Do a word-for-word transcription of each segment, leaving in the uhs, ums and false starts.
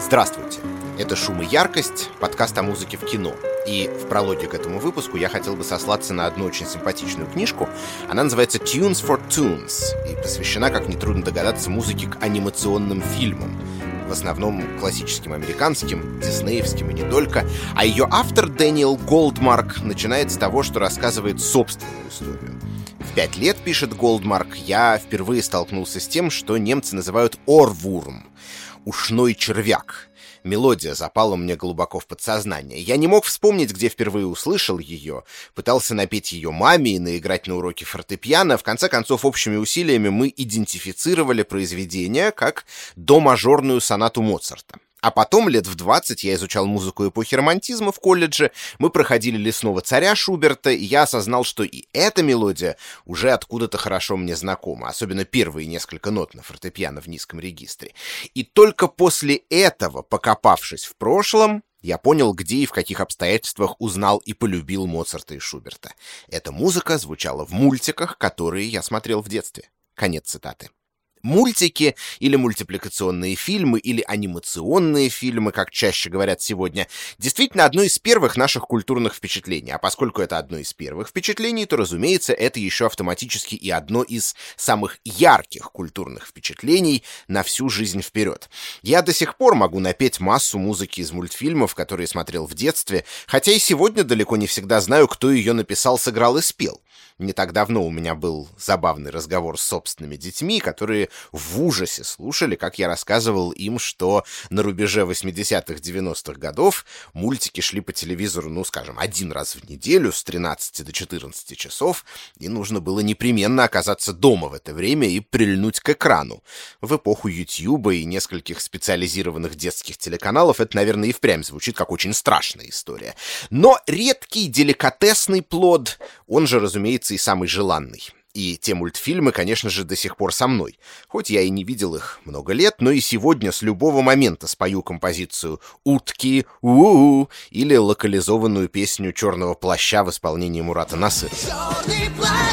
Здравствуйте! Это «Шум и яркость», подкаст о музыке в кино. И в прологе к этому выпуску я хотел бы сослаться на одну очень симпатичную книжку. Она называется «Tunes for Toons» и посвящена, как нетрудно догадаться, музыке к анимационным фильмам. В основном классическим американским, диснеевским и не только. А ее автор Дэниел Голдмарк начинает с того, что рассказывает собственную историю. В пять лет, пишет Голдмарк, я впервые столкнулся с тем, что немцы называют «орвурм» — ушной червяк. Мелодия запала мне глубоко в подсознание. Я не мог вспомнить, где впервые услышал ее, пытался напеть ее маме и наиграть на уроке фортепиано. В конце концов, общими усилиями мы идентифицировали произведение как до-мажорную сонату Моцарта. А потом, лет в двадцать, я изучал музыку эпохи романтизма в колледже, мы проходили «Лесного царя» Шуберта, и я осознал, что и эта мелодия уже откуда-то хорошо мне знакома, особенно первые несколько нот на фортепиано в низком регистре. И только после этого, покопавшись в прошлом, я понял, где и в каких обстоятельствах узнал и полюбил Моцарта и Шуберта. Эта музыка звучала в мультиках, которые я смотрел в детстве. Конец цитаты. Мультики или мультипликационные фильмы, или анимационные фильмы, как чаще говорят сегодня, действительно одно из первых наших культурных впечатлений. А поскольку это одно из первых впечатлений, то, разумеется, это еще автоматически и одно из самых ярких культурных впечатлений на всю жизнь вперед. Я до сих пор могу напеть массу музыки из мультфильмов, которые смотрел в детстве, хотя и сегодня далеко не всегда знаю, кто ее написал, сыграл и спел. Не так давно у меня был забавный разговор с собственными детьми, которые в ужасе слушали, как я рассказывал им, что на рубеже восьмидесятых-девяностых годов мультики шли по телевизору, ну, скажем, один раз в неделю с тринадцати до четырнадцати часов, и нужно было непременно оказаться дома в это время и прильнуть к экрану. В эпоху Ютьюба и нескольких специализированных детских телеканалов это, наверное, и впрямь звучит как очень страшная история. Но редкий, деликатесный плод, он же, разумеется, и самый желанный. И те мультфильмы, конечно же, до сих пор со мной. Хоть я и не видел их много лет, но и сегодня с любого момента спою композицию «Утки», «У-у-у» или локализованную песню «Черного плаща» в исполнении Мурата Насырова. Черный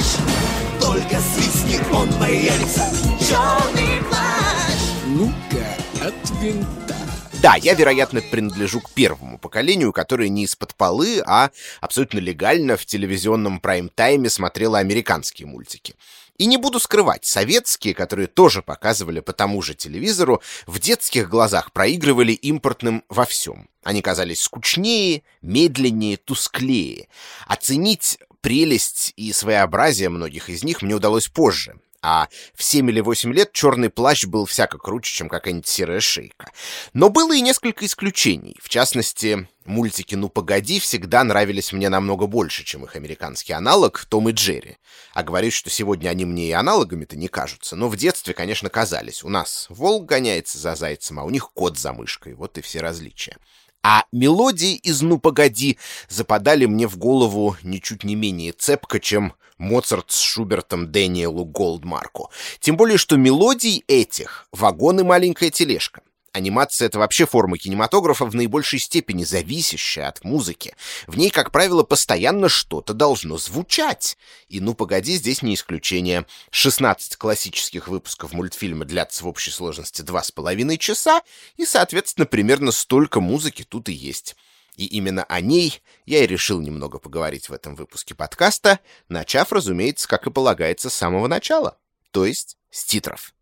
плащ, только свистнет, он появится. Черный плащ. Ну-ка, от винта. Да, я, вероятно, принадлежу к первому поколению, которое не из-под полы, а абсолютно легально в телевизионном прайм-тайме смотрело американские мультики. И не буду скрывать, советские, которые тоже показывали по тому же телевизору, в детских глазах проигрывали импортным во всем. Они казались скучнее, медленнее, тусклее. Оценить прелесть и своеобразие многих из них мне удалось позже. А в семь или восемь лет «Черный плащ» был всяко круче, чем какая-нибудь «Серая шейка». Но было и несколько исключений. В частности, мультики «Ну, погоди» всегда нравились мне намного больше, чем их американский аналог «Том и Джерри». А говорю, что сегодня они мне и аналогами-то не кажутся. Но в детстве, конечно, казались. У нас волк гоняется за зайцем, а у них кот за мышкой. Вот и все различия. А мелодии из «Ну, погоди» западали мне в голову ничуть не менее цепко, чем Моцарт с Шубертом Дэниелу Голдмарку. Тем более, что мелодий этих — вагон и маленькая тележка. Анимация — это вообще форма кинематографа в наибольшей степени зависящая от музыки. В ней, как правило, постоянно что-то должно звучать. И «Ну, погоди» здесь не исключение. шестнадцать классических выпусков мультфильма длятся в общей сложности два с половиной часа, и, соответственно, примерно столько музыки тут и есть. И именно о ней я и решил немного поговорить в этом выпуске подкаста, начав, разумеется, как и полагается, с самого начала, то есть с титров.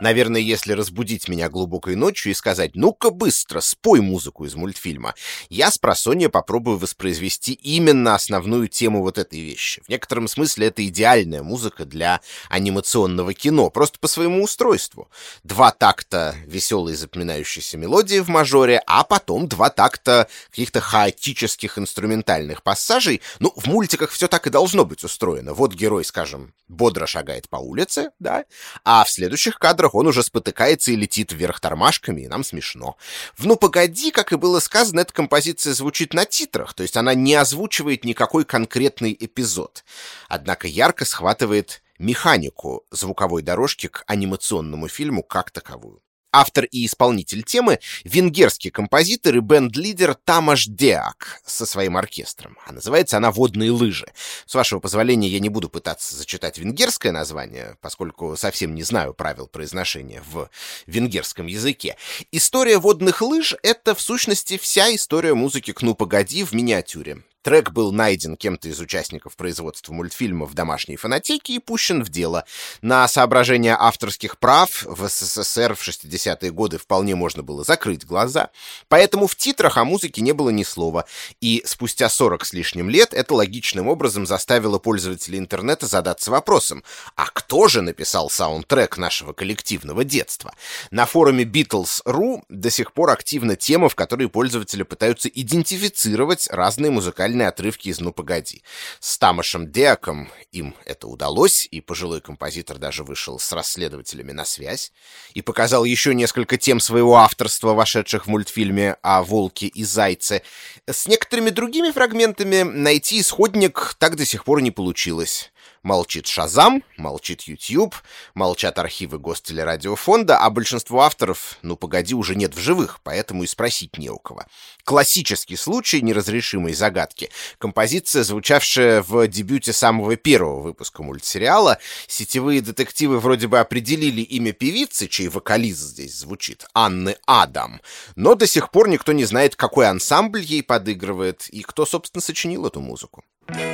Наверное, если разбудить меня глубокой ночью и сказать «ну-ка быстро, спой музыку из мультфильма», я спросонья попробую воспроизвести именно основную тему вот этой вещи. В некотором смысле это идеальная музыка для анимационного кино, просто по своему устройству. Два такта веселой запоминающейся мелодии в мажоре, а потом два такта каких-то хаотических инструментальных пассажей. Ну, в мультиках все так и должно быть устроено. Вот герой, скажем, бодро шагает по улице, да, а в следующих кадрах он уже спотыкается и летит вверх тормашками, и нам смешно. В «Ну, погоди», как и было сказано, эта композиция звучит на титрах, то есть она не озвучивает никакой конкретный эпизод. Однако ярко схватывает механику звуковой дорожки к анимационному фильму как таковую. Автор и исполнитель темы — венгерский композитор и бенд-лидер Тамаш Деак со своим оркестром. А называется она «Водные лыжи». С вашего позволения, я не буду пытаться зачитать венгерское название, поскольку совсем не знаю правил произношения в венгерском языке. История «Водных лыж» — это, в сущности, вся история музыки «К ну погоди» в миниатюре. Трек был найден кем-то из участников производства мультфильма в домашней фонотеке и пущен в дело. На соображения авторских прав в СССР в шестидесятые годы вполне можно было закрыть глаза, поэтому в титрах о музыке не было ни слова, и спустя сорок с лишним лет это логичным образом заставило пользователей интернета задаться вопросом: а кто же написал саундтрек нашего коллективного детства? На форуме Beatles точка ру до сих пор активна тема, в которой пользователи пытаются идентифицировать разные музыкальные отрывки из «Ну, погоди». С Тамашем Деаком им это удалось, и пожилой композитор даже вышел с расследователями на связь и показал еще несколько тем своего авторства, вошедших в мультфильме о волке и зайце. С некоторыми другими фрагментами найти исходник так до сих пор не получилось. Молчит Шазам, молчит YouTube, молчат архивы Гостелерадиофонда, а большинство авторов, ну погоди, уже нет в живых, поэтому и спросить не у кого. Классический случай неразрешимой загадки. Композиция, звучавшая в дебюте самого первого выпуска мультсериала. Сетевые детективы вроде бы определили имя певицы, чей вокалист здесь звучит, Анны Адам, но до сих пор никто не знает, какой ансамбль ей подыгрывает и кто, собственно, сочинил эту музыку.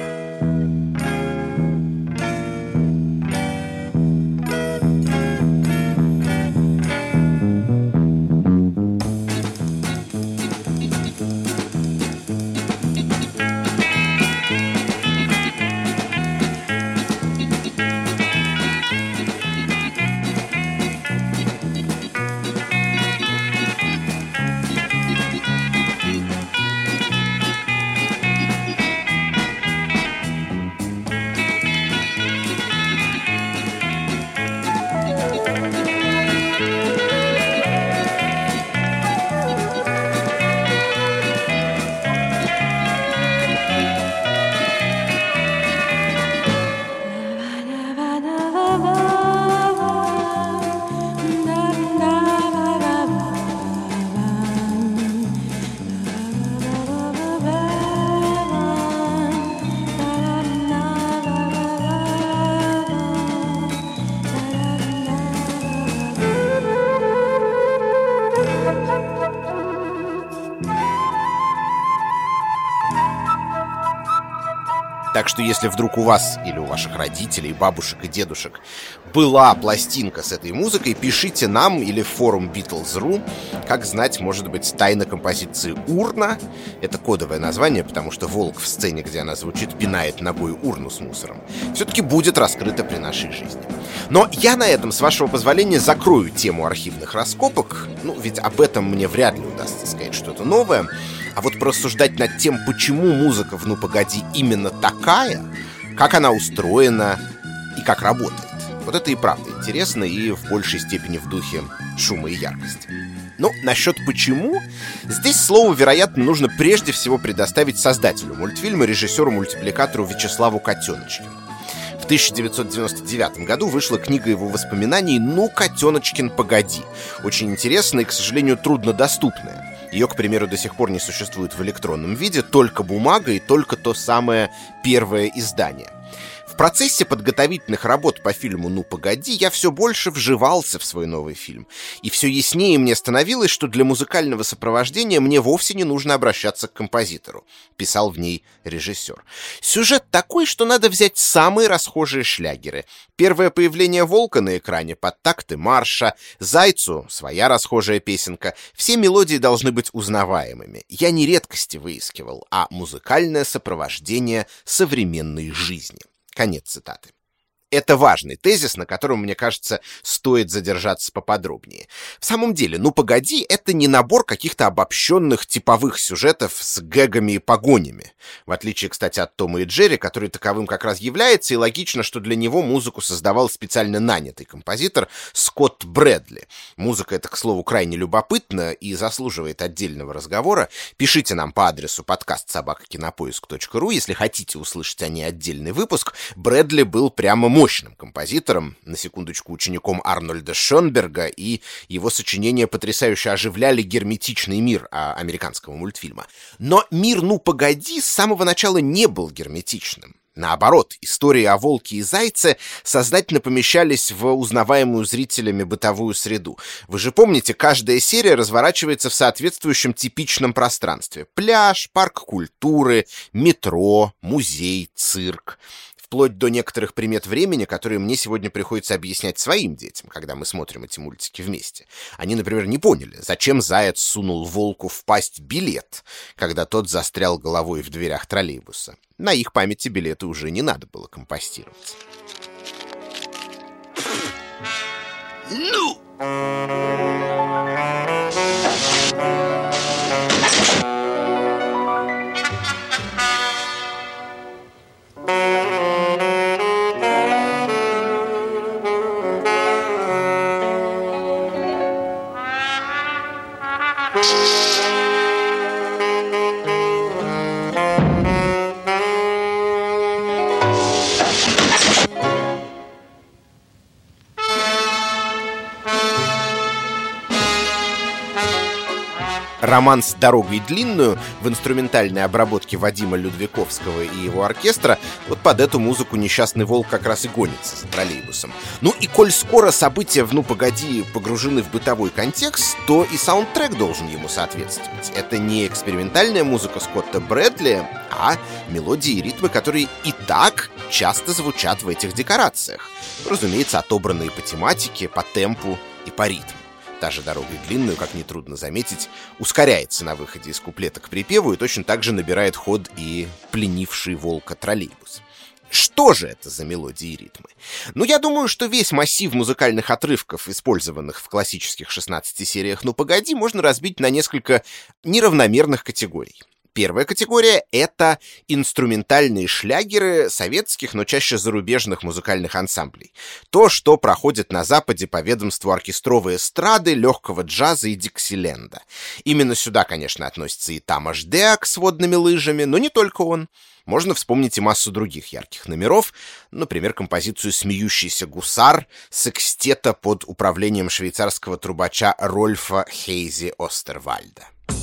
Так что если вдруг у вас или у ваших родителей, бабушек и дедушек была пластинка с этой музыкой, пишите нам или в форум Beatles точка ру. Как знать, может быть, тайна композиции «Урна». Это кодовое название, потому что волк в сцене, где она звучит, пинает ногой урну с мусором. Все-таки будет раскрыто при нашей жизни. Но я на этом, с вашего позволения, закрою тему архивных раскопок. Ну, ведь об этом мне вряд ли удастся сказать что-то новое. А вот порассуждать над тем, почему музыка в «Ну, погоди» именно такая, как она устроена и как работает. Вот это и правда интересно, и в большей степени в духе шума и яркости. Но насчет «почему» здесь слово, вероятно, нужно прежде всего предоставить создателю мультфильма, режиссеру-мультипликатору Вячеславу Котеночкину. В тысяча девятьсот девяносто девятом году вышла книга его воспоминаний «Ну, Котеночкин, погоди». Очень интересная и, к сожалению, труднодоступная. Ее, к примеру, до сих пор не существует в электронном виде, только бумага и только то самое первое издание. В процессе подготовительных работ по фильму «Ну, погоди» я все больше вживался в свой новый фильм. И все яснее мне становилось, что для музыкального сопровождения мне вовсе не нужно обращаться к композитору, писал в ней режиссер. Сюжет такой, что надо взять самые расхожие шлягеры. Первое появление волка на экране под такты марша, зайцу своя расхожая песенка. Все мелодии должны быть узнаваемыми. Я не редкости выискивал, а музыкальное сопровождение современной жизни. Конец цитаты. Это важный тезис, на котором, мне кажется, стоит задержаться поподробнее. В самом деле, «Ну, погоди» — это не набор каких-то обобщенных типовых сюжетов с гэгами и погонями. В отличие, кстати, от Тома и Джерри, который таковым как раз является, и логично, что для него музыку создавал специально нанятый композитор Скотт Брэдли. Музыка эта, к слову, крайне любопытна и заслуживает отдельного разговора. Пишите нам по адресу подкаст собака кинопоиск точка ру, если хотите услышать о ней отдельный выпуск. Брэдли был прямо мощным композитором, на секундочку учеником Арнольда Шонберга, и его сочинения потрясающе оживляли герметичный мир а, американского мультфильма. Но мир «Ну, погоди» с самого начала не был герметичным. Наоборот, истории о волке и зайце сознательно помещались в узнаваемую зрителями бытовую среду. Вы же помните, каждая серия разворачивается в соответствующем типичном пространстве. Пляж, парк культуры, метро, музей, цирк. Вплоть до некоторых примет времени, которые мне сегодня приходится объяснять своим детям, когда мы смотрим эти мультики вместе. Они, например, не поняли, зачем заяц сунул волку в пасть билет, когда тот застрял головой в дверях троллейбуса. На их памяти билеты уже не надо было компостировать. Ну! Романс «Дорогой длинную» в инструментальной обработке Вадима Людвиковского и его оркестра, вот под эту музыку несчастный волк как раз и гонится за троллейбусом. Ну и коль скоро события в «Ну, погоди» погружены в бытовой контекст, то и саундтрек должен ему соответствовать. Это не экспериментальная музыка Скотта Брэдли, а мелодии и ритмы, которые и так часто звучат в этих декорациях. Разумеется, отобранные по тематике, по темпу и по ритму. Та же «Дорогой длинную», как нетрудно заметить, ускоряется на выходе из куплета к припеву и точно так же набирает ход и пленивший волка троллейбус. Что же это за мелодии и ритмы? Ну, я думаю, что весь массив музыкальных отрывков, использованных в классических шестнадцати сериях «Ну, погоди», можно разбить на несколько неравномерных категорий. Первая категория — это инструментальные шлягеры советских, но чаще зарубежных музыкальных ансамблей. То, что проходит на Западе по ведомству оркестровой эстрады, легкого джаза и диксиленда. Именно сюда, конечно, относится и Тамаш Деак с водными лыжами, но не только он. Можно вспомнить и массу других ярких номеров, например, композицию «Смеющийся гусар» секстета под управлением швейцарского трубача Рольфа Хейзи Остервальда.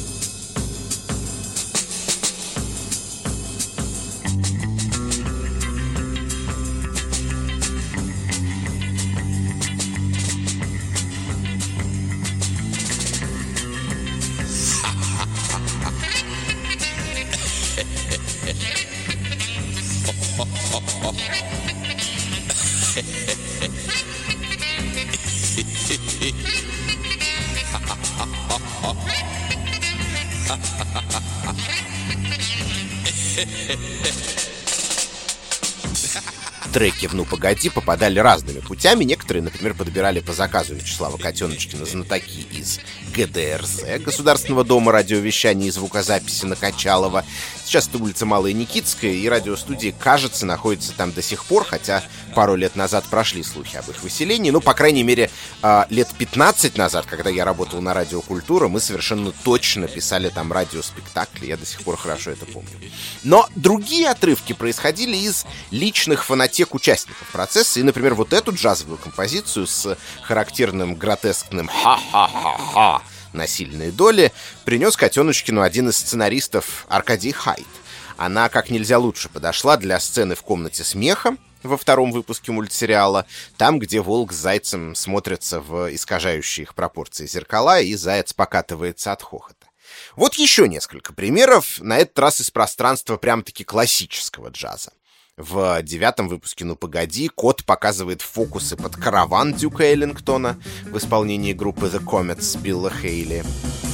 Треки в «Ну, погоди» попадали разными путями. Некоторые, например, подбирали по заказу Вячеслава Котеночкина знатоки из гэ дэ эр зэ, Государственного дома радиовещания и звукозаписи на Качалова. Сейчас это улица Малая Никитская, и радиостудии, кажется, находятся там до сих пор, хотя пару лет назад прошли слухи об их выселении. Ну, по крайней мере, лет пятнадцать назад, когда я работал на Радио Культура, мы совершенно точно писали там радиоспектакли. Я до сих пор хорошо это помню. Но другие отрывки происходили из личных фонотек участников процесса. И, например, вот эту джазовую композицию с характерным гротескным «ха-ха-ха-ха» на сильные доли принес Котеночкину один из сценаристов Аркадий Хайт. Она как нельзя лучше подошла для сцены в комнате смеха, во втором выпуске мультсериала, там, где волк с зайцем смотрятся в искажающие их пропорции зеркала, и заяц покатывается от хохота. Вот еще несколько примеров, на этот раз из пространства прям-таки классического джаза. В девятом выпуске «Ну погоди» кот показывает фокусы под «Караван» Дюка Эллингтона в исполнении группы The Comets Билла Хейли.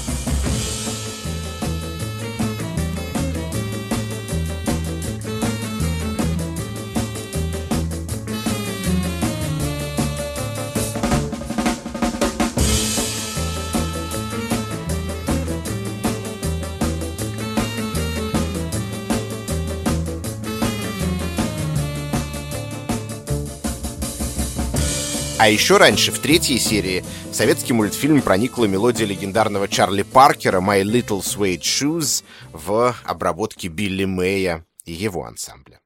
А еще раньше, в третьей серии, в советский мультфильм проникла мелодия легендарного Чарли Паркера «My Little Suede Shoes» в обработке Билли Мэя и его ансамбля.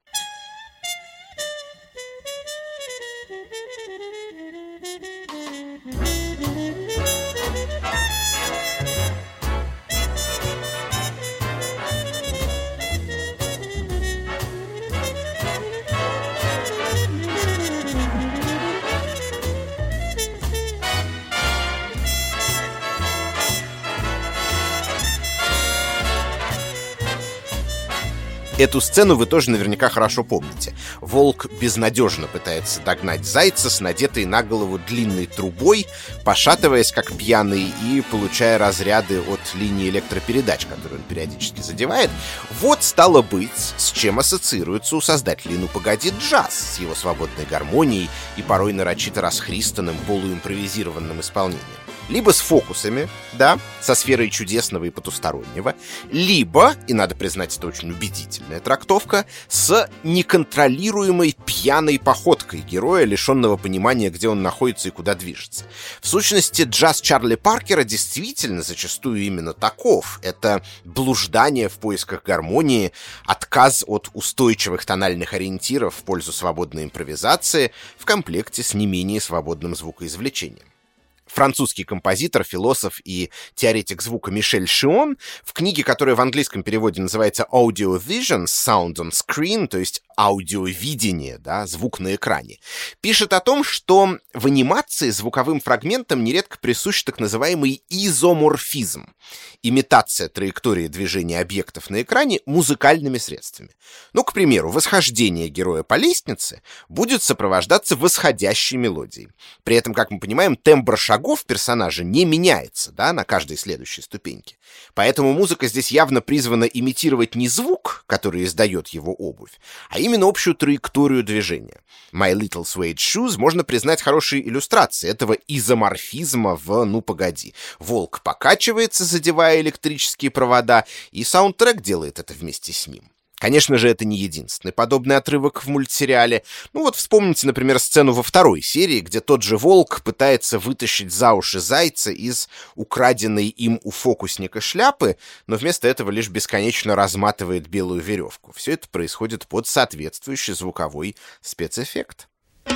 Эту сцену вы тоже наверняка хорошо помните. Волк безнадежно пытается догнать зайца с надетой на голову длинной трубой, пошатываясь как пьяный и получая разряды от линии электропередач, которую он периодически задевает. Вот, стало быть, с чем ассоциируется у создателей «Ну погоди» джаз, с его свободной гармонией и порой нарочито расхристанным полуимпровизированным исполнением. Либо с фокусами, да, со сферой чудесного и потустороннего, либо, и надо признать, это очень убедительная трактовка, с неконтролируемой пьяной походкой героя, лишенного понимания, где он находится и куда движется. В сущности, джаз Чарли Паркера действительно зачастую именно таков. Это блуждание в поисках гармонии, отказ от устойчивых тональных ориентиров в пользу свободной импровизации в комплекте с не менее свободным звукоизвлечением. Французский композитор, философ и теоретик звука Мишель Шион в книге, которая в английском переводе называется «Audio Vision, Sound on Screen», то есть аудиовидение, да, звук на экране, пишет о том, что в анимации звуковым фрагментам нередко присущ так называемый изоморфизм — имитация траектории движения объектов на экране музыкальными средствами. Ну, к примеру, восхождение героя по лестнице будет сопровождаться восходящей мелодией. При этом, как мы понимаем, тембр шагов персонажа не меняется, да, на каждой следующей ступеньке. Поэтому музыка здесь явно призвана имитировать не звук, который издает его обувь, а именно общую траекторию движения. «My Little Suede Shoes» можно признать хорошей иллюстрацией этого изоморфизма в «Ну погоди». Волк покачивается, задевая электрические провода, и саундтрек делает это вместе с ним. Конечно же, это не единственный подобный отрывок в мультсериале. Ну вот вспомните, например, сцену во второй серии, где тот же волк пытается вытащить за уши зайца из украденной им у фокусника шляпы, но вместо этого лишь бесконечно разматывает белую веревку. Все это происходит под соответствующий звуковой спецэффект.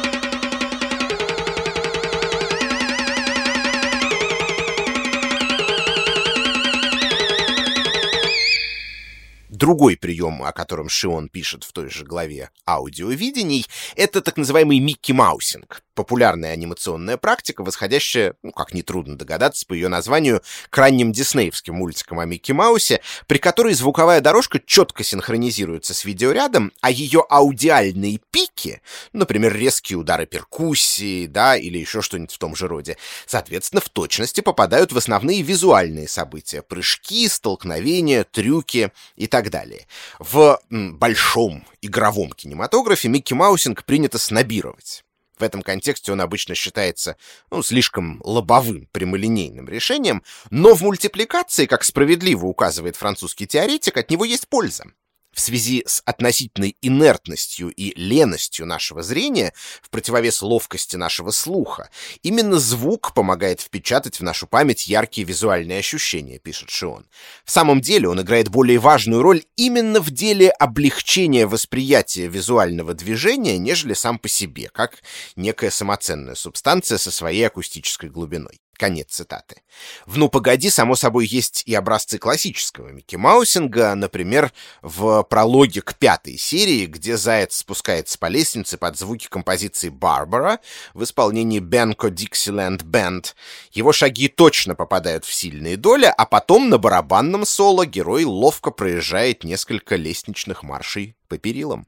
Другой прием, о котором Шион пишет в той же главе аудиовидений, это так называемый микки-маусинг. Популярная анимационная практика, восходящая, ну, как нетрудно догадаться, по ее названию, к ранним диснеевским мультикам о Микки Маусе, при которой звуковая дорожка четко синхронизируется с видеорядом, а ее аудиальные пики, например, резкие удары перкуссии, да, или еще что-нибудь в том же роде, соответственно, в точности попадают в основные визуальные события — прыжки, столкновения, трюки и так далее. В м, большом игровом кинематографе микки-маусинг принято снобировать. В этом контексте он обычно считается, ну, слишком лобовым, прямолинейным решением, но в мультипликации, как справедливо указывает французский теоретик, от него есть польза. В связи с относительной инертностью и леностью нашего зрения, в противовес ловкости нашего слуха, именно звук помогает впечатать в нашу память яркие визуальные ощущения, пишет Шион. В самом деле он играет более важную роль именно в деле облегчения восприятия визуального движения, нежели сам по себе, как некая самоценная субстанция со своей акустической глубиной. Конец цитаты. В «Ну, погоди», само собой, есть и образцы классического Микки Маусинга, например, в прологе к пятой серии, где заяц спускается по лестнице под звуки композиции «Барбара» в исполнении Benco Dixieland Band. Его шаги точно попадают в сильные доли, а потом на барабанном соло герой ловко проезжает несколько лестничных маршей по перилам.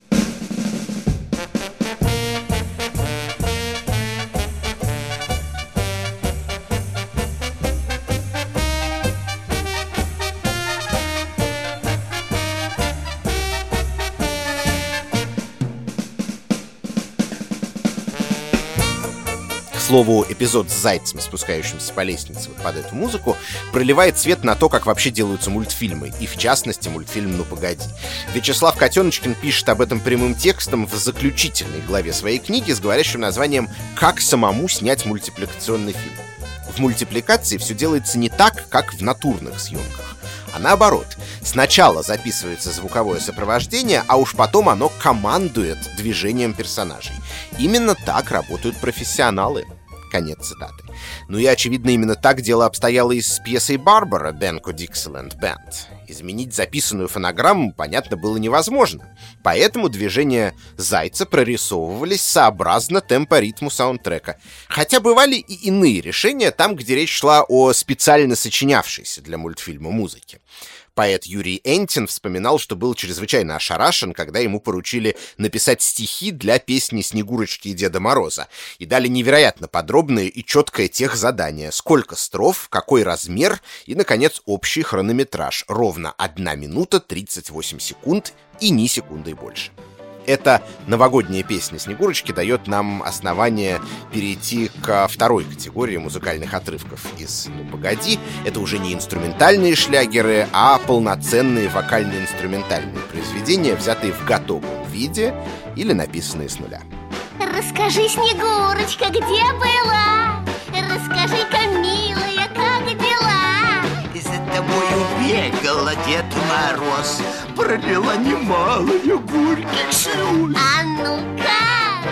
К слову, эпизод с зайцем, спускающимся по лестнице вот под эту музыку, проливает свет на то, как вообще делаются мультфильмы, и в частности мультфильм «Ну, погоди». Вячеслав Котеночкин пишет об этом прямым текстом в заключительной главе своей книги с говорящим названием «Как самому снять мультипликационный фильм». В мультипликации все делается не так, как в натурных съемках, а наоборот. Сначала записывается звуковое сопровождение, а уж потом оно командует движением персонажей. Именно так работают профессионалы. Конец цитаты. Ну и, очевидно, именно так дело обстояло и с пьесой «Барбара» Benco Dixieland Band. Изменить записанную фонограмму, понятно, было невозможно. Поэтому движения зайца прорисовывались сообразно темпо-ритму саундтрека. Хотя бывали и иные решения там, где речь шла о специально сочинявшейся для мультфильма музыке. Поэт Юрий Энтин вспоминал, что был чрезвычайно ошарашен, когда ему поручили написать стихи для песни «Снегурочки и Деда Мороза» и дали невероятно подробное и четкое техзадание: сколько строф, какой размер и, наконец, общий хронометраж — ровно одна минута тридцать восемь секунд и ни секунды больше. Эта новогодняя песня «Снегурочки» дает нам основание перейти ко второй категории музыкальных отрывков из «Ну, погоди». Это уже не инструментальные шлягеры, а полноценные вокально-инструментальные произведения, взятые в готовом виде или написанные с нуля. Расскажи, Снегурочка, где была? Расскажи-ка, милая, как дела? За тобой убегала Дед Мороз, пролила немалые горьких слез. А ну-ка,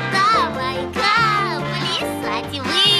давай-ка плясать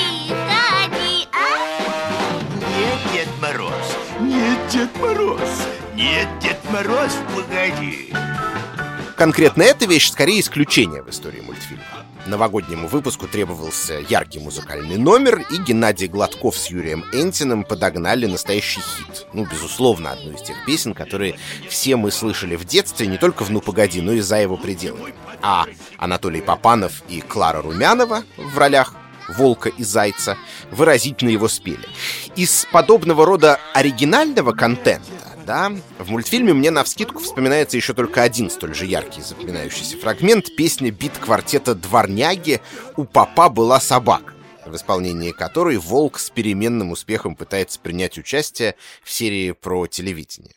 выходи, а? Нет, Дед Мороз, нет, Дед Мороз, нет, Дед Мороз, погоди. Конкретно эта вещь скорее исключение в истории мультфильма. Новогоднему выпуску требовался яркий музыкальный номер, и Геннадий Гладков с Юрием Энтиным подогнали настоящий хит. Ну, безусловно, одну из тех песен, которые все мы слышали в детстве, не только в «Ну, погоди», но и за его пределами. А Анатолий Попанов и Клара Румянова в ролях волка и зайца выразительно его спели. Из подобного рода оригинального контента, да, в мультфильме мне навскидку вспоминается еще только один столь же яркий запоминающийся фрагмент — песня бит-квартета «Дворняги» «У папа была собака», в исполнении которой волк с переменным успехом пытается принять участие в серии про телевидение.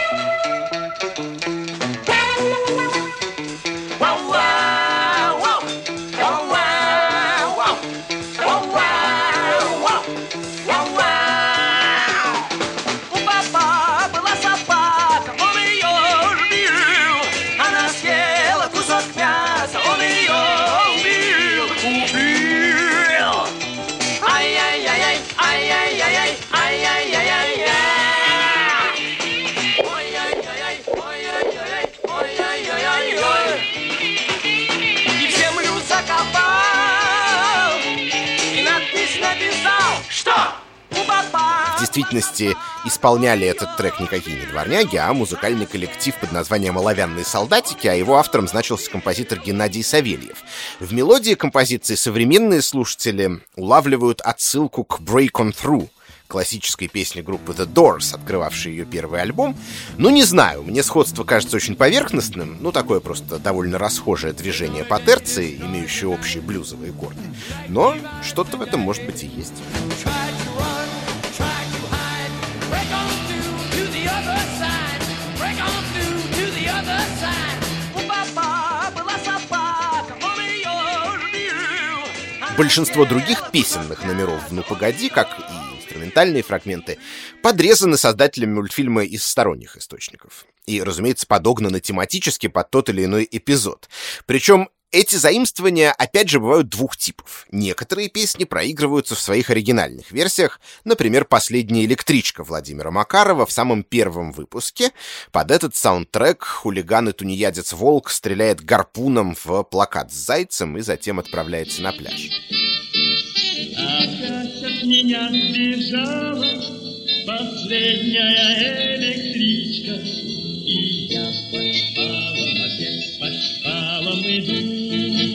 В действительности исполняли этот трек никакие не дворняги, а музыкальный коллектив под названием «Оловянные солдатики», а его автором значился композитор Геннадий Савельев. В мелодии композиции современные слушатели улавливают отсылку к «Break on Through», классической песни группы The Doors, открывавшей ее первый альбом. Ну, не знаю, мне сходство кажется очень поверхностным, ну, такое просто довольно расхожее движение по терции, имеющее общие блюзовые корни. Но что-то в этом, может быть, и есть. Большинство других песенных номеров в «Ну, погоди», как и инструментальные фрагменты, подрезаны создателями мультфильма из сторонних источников. И, разумеется, подогнаны тематически под тот или иной эпизод. Причем Эти заимствования, опять же, бывают двух типов. Некоторые песни проигрываются в своих оригинальных версиях, например, «Последняя электричка» Владимира Макарова в самом первом выпуске. Под этот саундтрек хулиган и тунеядец Волк стреляет гарпуном в плакат с зайцем и затем отправляется на пляж. Опять от меня сбежала последняя электричка, и я по шпалам, опять по шпалам иду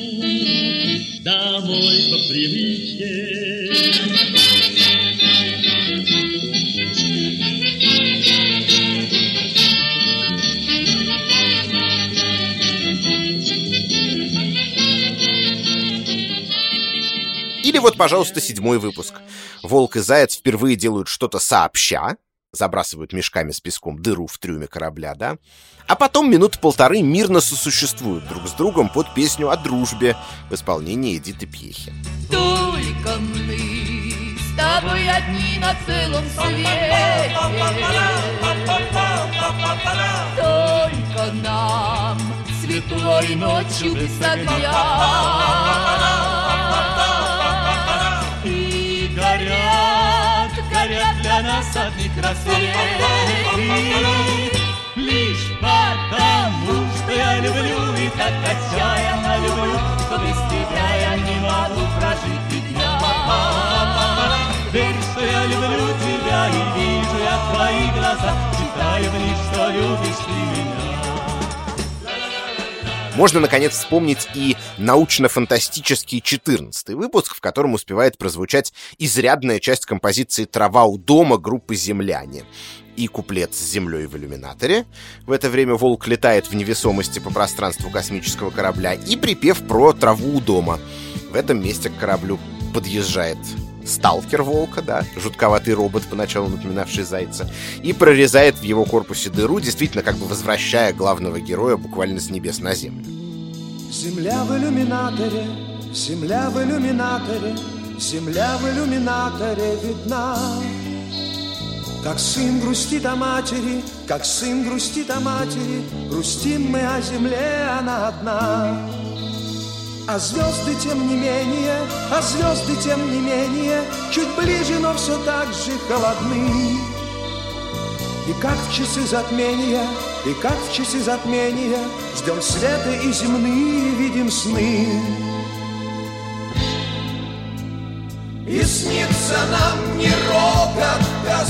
домой по привычке. Или вот, пожалуйста, седьмой выпуск. Волк и Заяц впервые делают что-то сообща, забрасывают мешками с песком дыру в трюме корабля, да? А потом минут полторы мирно сосуществуют друг с другом под песню о дружбе в исполнении Эдиты Пьехи. Только мы с тобой одни на целом свете, только нам светло и ночью без огня. И горят, горят для нас одни рассветы, лишь потому, что я люблю и так отчаянно люблю, что без тебя я не могу прожить и дня. Верь, что я люблю тебя и вижу я твои глаза, читаю в них, что любишь ты меня. Можно, наконец, вспомнить и научно-фантастический четырнадцатый выпуск, в котором успевает прозвучать изрядная часть композиции «Трава у дома» группы «Земляне». И куплет с землей в иллюминаторе. В это время Волк летает в невесомости по пространству космического корабля. И припев про траву у дома. В этом месте к кораблю подъезжает сталкер Волка, да, жутковатый робот, поначалу напоминавший зайца, и прорезает в его корпусе дыру, действительно как бы возвращая главного героя буквально с небес на землю. Земля в иллюминаторе, земля в иллюминаторе, земля в иллюминаторе видна. Как сын грустит о матери, как сын грустит о матери, грустим мы о земле, она одна. А звезды тем не менее, а звезды тем не менее, чуть ближе, но все так же холодны. И как в часы затмения, и как в часы затмения, ждем света и земные видим сны. И снится нам не рокот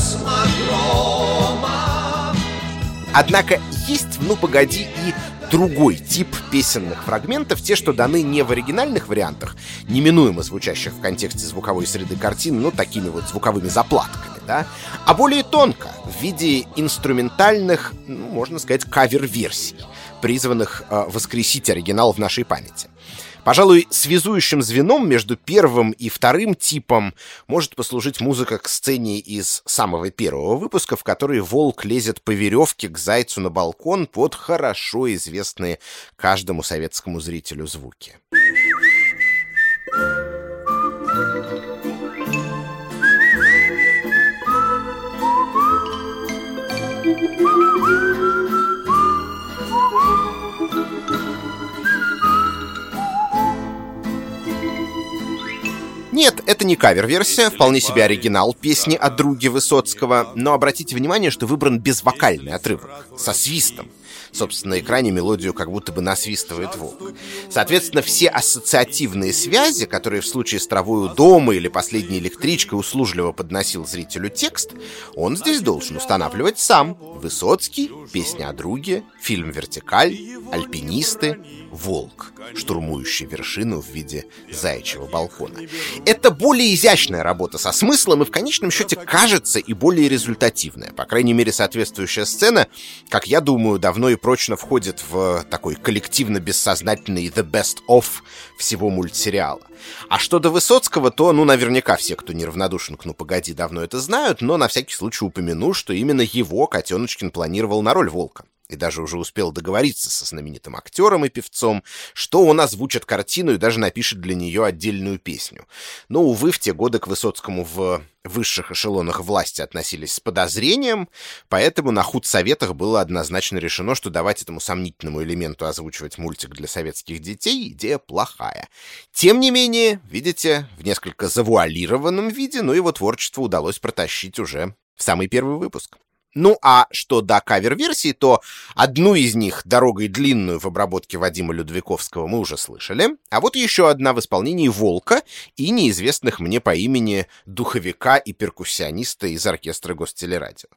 космодрома. Однако есть в «Ну, погоди» и другой тип песенных фрагментов, те, что даны не в оригинальных вариантах, неминуемо звучащих в контексте звуковой среды картины, ну, такими вот звуковыми заплатками, да, а более тонко, в виде инструментальных, ну, можно сказать, кавер-версий, призванных э, воскресить оригинал в нашей памяти. Пожалуй, связующим звеном между первым и вторым типом может послужить музыка к сцене из самого первого выпуска, в которой Волк лезет по веревке к зайцу на балкон под хорошо известные каждому советскому зрителю звуки. Нет, это не кавер-версия, вполне себе оригинал песни о друге Высоцкого, но обратите внимание, что выбран безвокальный отрывок, со свистом. Собственно, на экране мелодию как будто бы насвистывает Волк. Соответственно, все ассоциативные связи, которые в случае с «Травой у дома» или «Последней электричкой» услужливо подносил зрителю текст, он здесь должен устанавливать сам. Высоцкий, песня о друге, фильм «Вертикаль», альпинисты, Волк, штурмующий вершину в виде заячьего балкона. Это более изящная работа со смыслом и в конечном счете кажется и более результативная. По крайней мере, соответствующая сцена, как я думаю, давно и прочно входит в такой коллективно-бессознательный «the best of» всего мультсериала. А что до Высоцкого, то, ну, наверняка все, кто неравнодушен к «Ну, погоди», давно это знают, но на всякий случай упомяну, что именно его Котеночкин планировал на роль Волка. и даже уже успел договориться со знаменитым актером и певцом, что он озвучит картину и даже напишет для нее отдельную песню. Но, увы, в те годы к Высоцкому в высших эшелонах власти относились с подозрением, поэтому на худсоветах было однозначно решено, что давать этому сомнительному элементу озвучивать мультик для советских детей — идея плохая. Тем не менее, видите, в несколько завуалированном виде, но его творчество удалось протащить уже в самый первый выпуск. Ну, а что до кавер-версий, то одну из них, «Дорогой длинную» в обработке Вадима Людвиковского, мы уже слышали, а вот еще одна в исполнении «Волка» и неизвестных мне по имени духовика и перкуссиониста из оркестра Гостелерадио.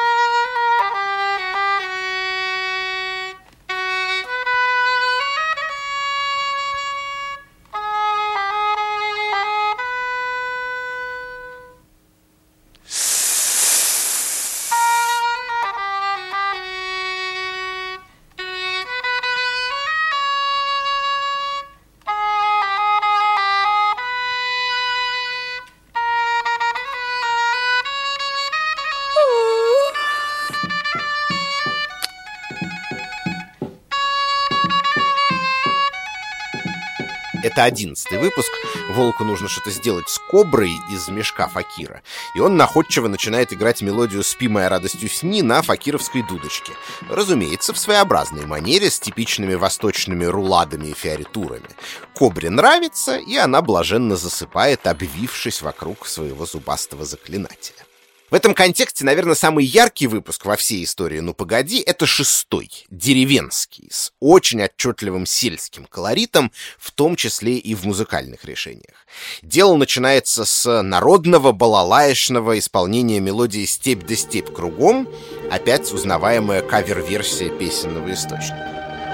Это одиннадцатый выпуск. Волку нужно что-то сделать с коброй из мешка факира, и он находчиво начинает играть мелодию «Спи, моя радостью сни» на факировской дудочке. Разумеется, в своеобразной манере, с типичными восточными руладами и фиоритурами. Кобре нравится, и она блаженно засыпает, обвившись вокруг своего зубастого заклинателя. В этом контексте, наверное, самый яркий выпуск во всей истории «Ну, погоди» — это шестой, деревенский, с очень отчетливым сельским колоритом, в том числе и в музыкальных решениях. Дело начинается с народного балалаечного исполнения мелодии «Степь да степь кругом», опять узнаваемая кавер-версия песенного источника.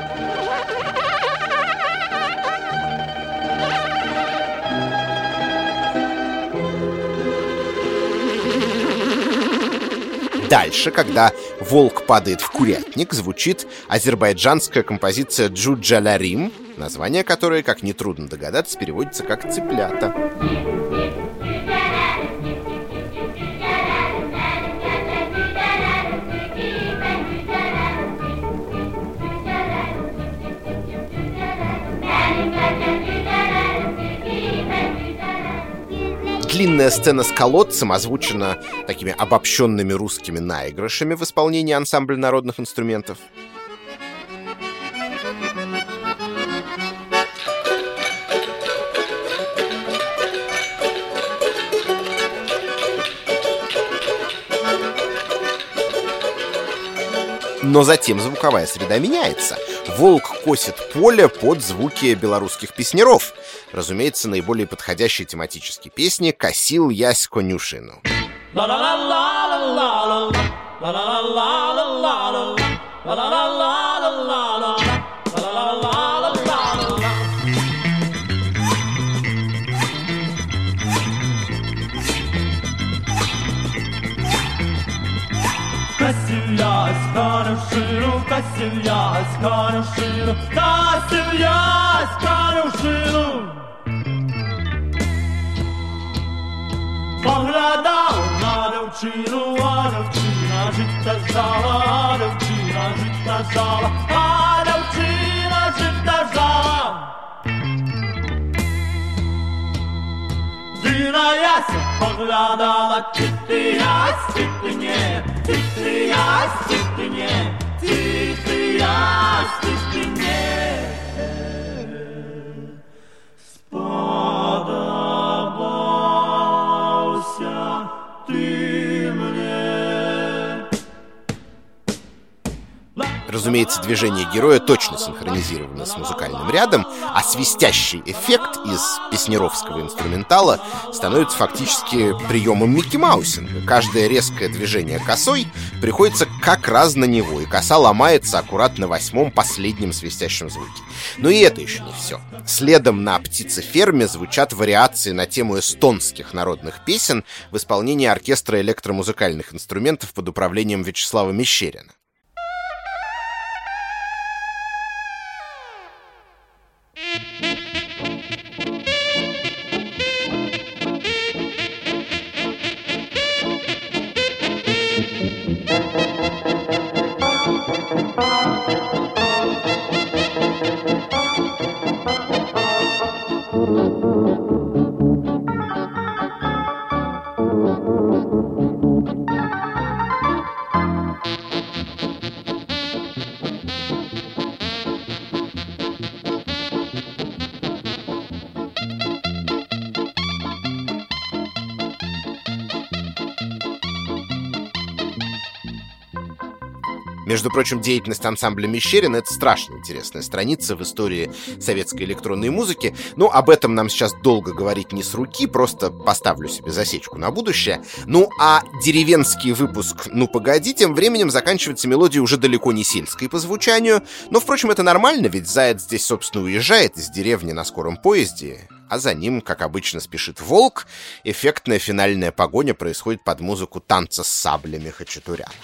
Дальше, когда волк падает в курятник, звучит азербайджанская композиция «Джуджалярим», название которой, как нетрудно догадаться, переводится как «цыплята». Длинная сцена с колодцем озвучена такими обобщенными русскими наигрышами в исполнении ансамбля народных инструментов. Но затем звуковая среда меняется. Волк косит поле под звуки белорусских песняров. Разумеется, наиболее подходящей тематической песни «Косил ясь конюшину». Косил ясь конюшину, косил ясь конюшину, косил ясь конюшину. Поглядав на дівчину, а дівчина життя жала, а дівчина життя жала, а дівчина життя жала. Ти на яся поглядала, чи ти ясь, чи ти не, чи ти ясь, чи ти не, чи ти ясь, чи ти не. Разумеется, движение героя точно синхронизировано с музыкальным рядом, а свистящий эффект из песнеровского инструментала становится фактически приемом Микки Маусинга. Каждое резкое движение косой приходится как раз на него, и коса ломается аккуратно на восьмом последнем свистящем звуке. Но и это еще не все. Следом на «Птицеферме» звучат вариации на тему эстонских народных песен в исполнении оркестра электромузыкальных инструментов под управлением Вячеслава Мещерина. Bye. Между прочим, деятельность ансамбля Мещерин — это страшно интересная страница в истории советской электронной музыки. Ну, об этом нам сейчас долго говорить не с руки, просто поставлю себе засечку на будущее. Ну, а деревенский выпуск «Ну, погоди» тем временем заканчивается мелодией уже далеко не сельской по звучанию. Но, впрочем, это нормально, ведь Заяц здесь, собственно, уезжает из деревни на скором поезде, а за ним, как обычно, спешит волк. Эффектная финальная погоня происходит под музыку танца с саблями Хачатуряна.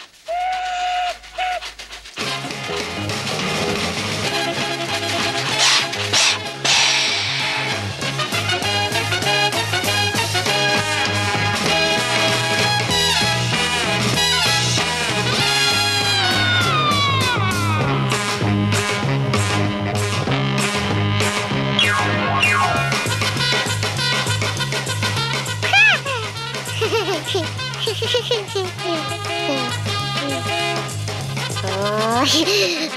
Ой.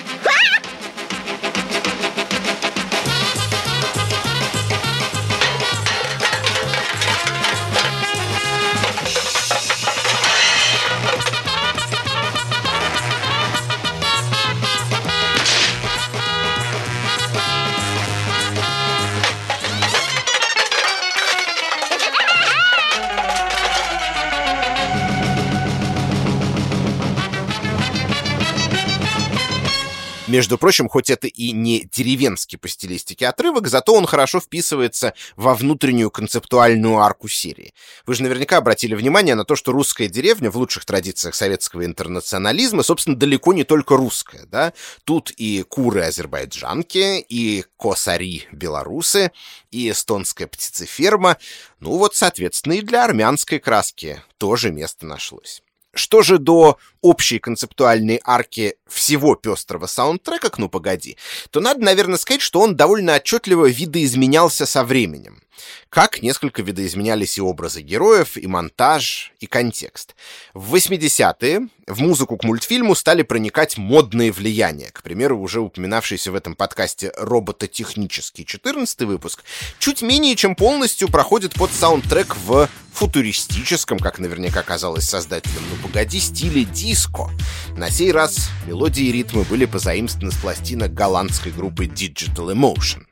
Между прочим, хоть это и не деревенский по стилистике отрывок, зато он хорошо вписывается во внутреннюю концептуальную арку серии. Вы же наверняка обратили внимание на то, что русская деревня в лучших традициях советского интернационализма, собственно, далеко не только русская, да? Тут и куры-азербайджанки, и косари-белорусы, и эстонская птицеферма. Ну вот, соответственно, и для армянской краски тоже место нашлось. Что же до общей концептуальной арки всего пестрого саундтрека к «Ну, погоди», то надо, наверное, сказать, что он довольно отчетливо видоизменялся со временем. Как несколько видоизменялись и образы героев, и монтаж, и контекст. В восьмидесятые в музыку к мультфильму стали проникать модные влияния. К примеру, уже упоминавшийся в этом подкасте робототехнический четырнадцатый выпуск чуть менее чем полностью проходит под саундтрек в футуристическом, как наверняка казалось создателям «Ну, погоди», стиле диско. На сей раз мелодии и ритмы были позаимствованы с пластинок голландской группы Digital Emotion.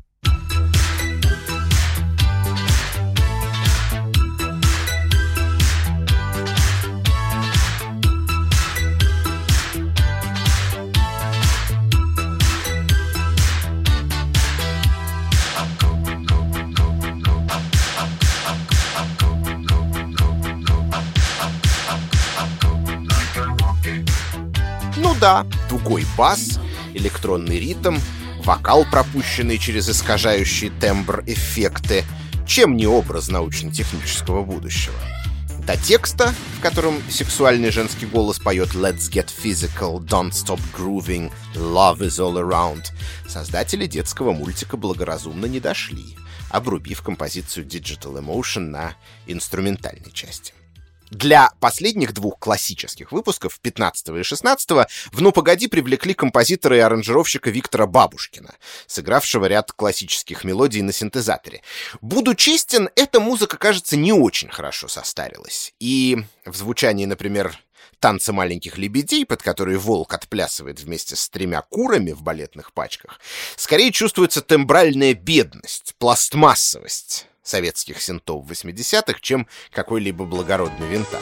Ну да, тугой бас, электронный ритм, вокал, пропущенный через искажающий тембр эффекты. Чем не образ научно-технического будущего? До текста, в котором сексуальный женский голос поет «Let's get physical, don't stop grooving, love is all around», создатели детского мультика благоразумно не дошли, обрубив композицию Digital Emotion на инструментальной части. Для последних двух классических выпусков, пятнадцатого и шестнадцатого, в «Ну, погоди» привлекли композитора и аранжировщика Виктора Бабушкина, сыгравшего ряд классических мелодий на синтезаторе. Буду честен, эта музыка, кажется, не очень хорошо состарилась. И в звучании, например, «Танца маленьких лебедей», под которые волк отплясывает вместе с тремя курами в балетных пачках, скорее чувствуется тембральная бедность, пластмассовость советских синтов восьмидесятых, чем какой-либо благородный винтаж.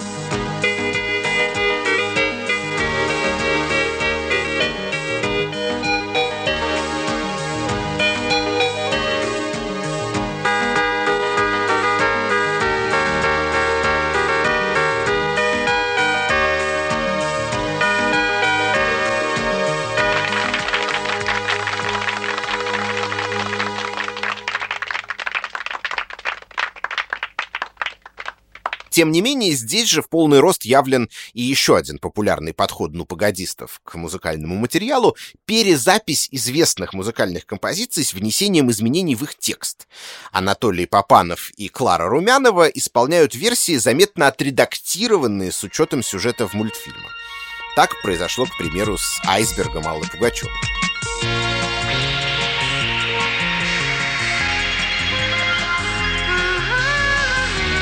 Тем не менее, здесь же в полный рост явлен и еще один популярный подход «Ну, погодистов» к музыкальному материалу — перезапись известных музыкальных композиций с внесением изменений в их текст. Анатолий Попанов и Клара Румянова исполняют версии, заметно отредактированные с учетом сюжета в мультфильме. Так произошло, к примеру, с «Айсбергом» Аллы Пугачевой.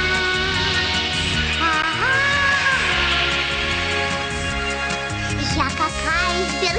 Я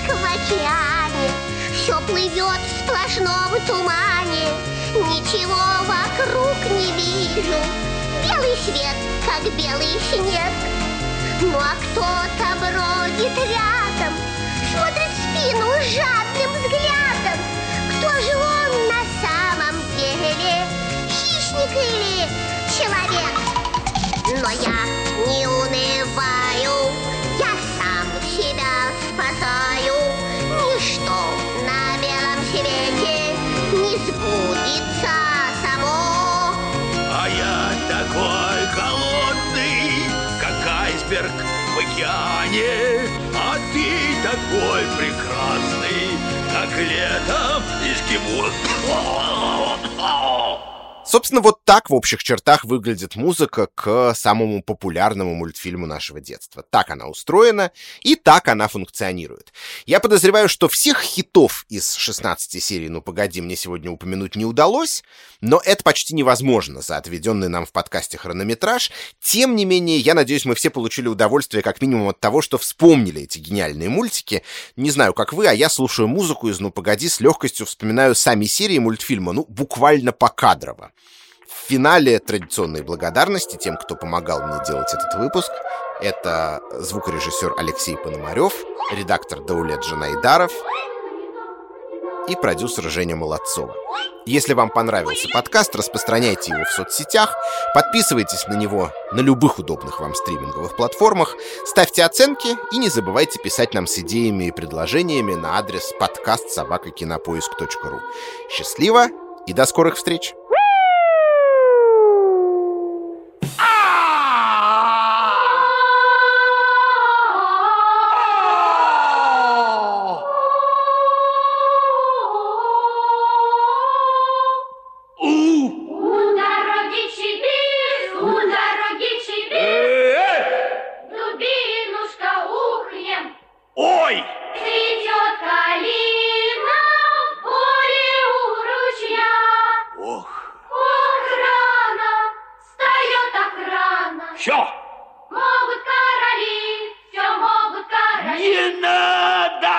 как в океане. Все плывет в сплошном тумане. Ничего вокруг не вижу. Белый свет, как белый снег. Ну а кто-то бродит рядом, смотрит в спину жадным взглядом. Кто же он на самом деле? Хищник или человек? Но я не унываю, я сам себя спасаю. Ничто на белом свете не сбудется само. А я такой холодный, как айсберг в океане. А ты такой прекрасный, как летом эскимо. Собственно, вот так в общих чертах выглядит музыка к самому популярному мультфильму нашего детства. Так она устроена, и так она функционирует. Я подозреваю, что всех хитов из шестнадцати серий «Ну, погоди» мне сегодня упомянуть не удалось, но это почти невозможно за отведенный нам в подкасте хронометраж. Тем не менее, я надеюсь, мы все получили удовольствие как минимум от того, что вспомнили эти гениальные мультики. Не знаю, как вы, а я слушаю музыку из «Ну, погоди», с легкостью вспоминаю сами серии мультфильма, ну, буквально покадрово. В финале традиционные благодарности тем, кто помогал мне делать этот выпуск. Это звукорежиссер Алексей Пономарев, редактор Даулет Жанайдаров и продюсер Женя Молодцова. Если вам понравился подкаст, распространяйте его в соцсетях, подписывайтесь на него на любых удобных вам стриминговых платформах, ставьте оценки и не забывайте писать нам с идеями и предложениями на адрес подкаст собака кинопоиск точка ру. Счастливо и до скорых встреч! Ой! Цветет калина в поле у ручья. Ох! Ох, рано, встает так рано. Все! Могут короли, все могут короли. Не надо!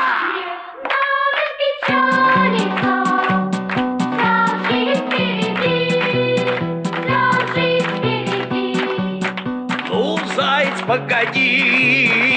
Не надо печалиться, вся жизнь впереди, вся жизнь впереди. Ну, заяц, погоди!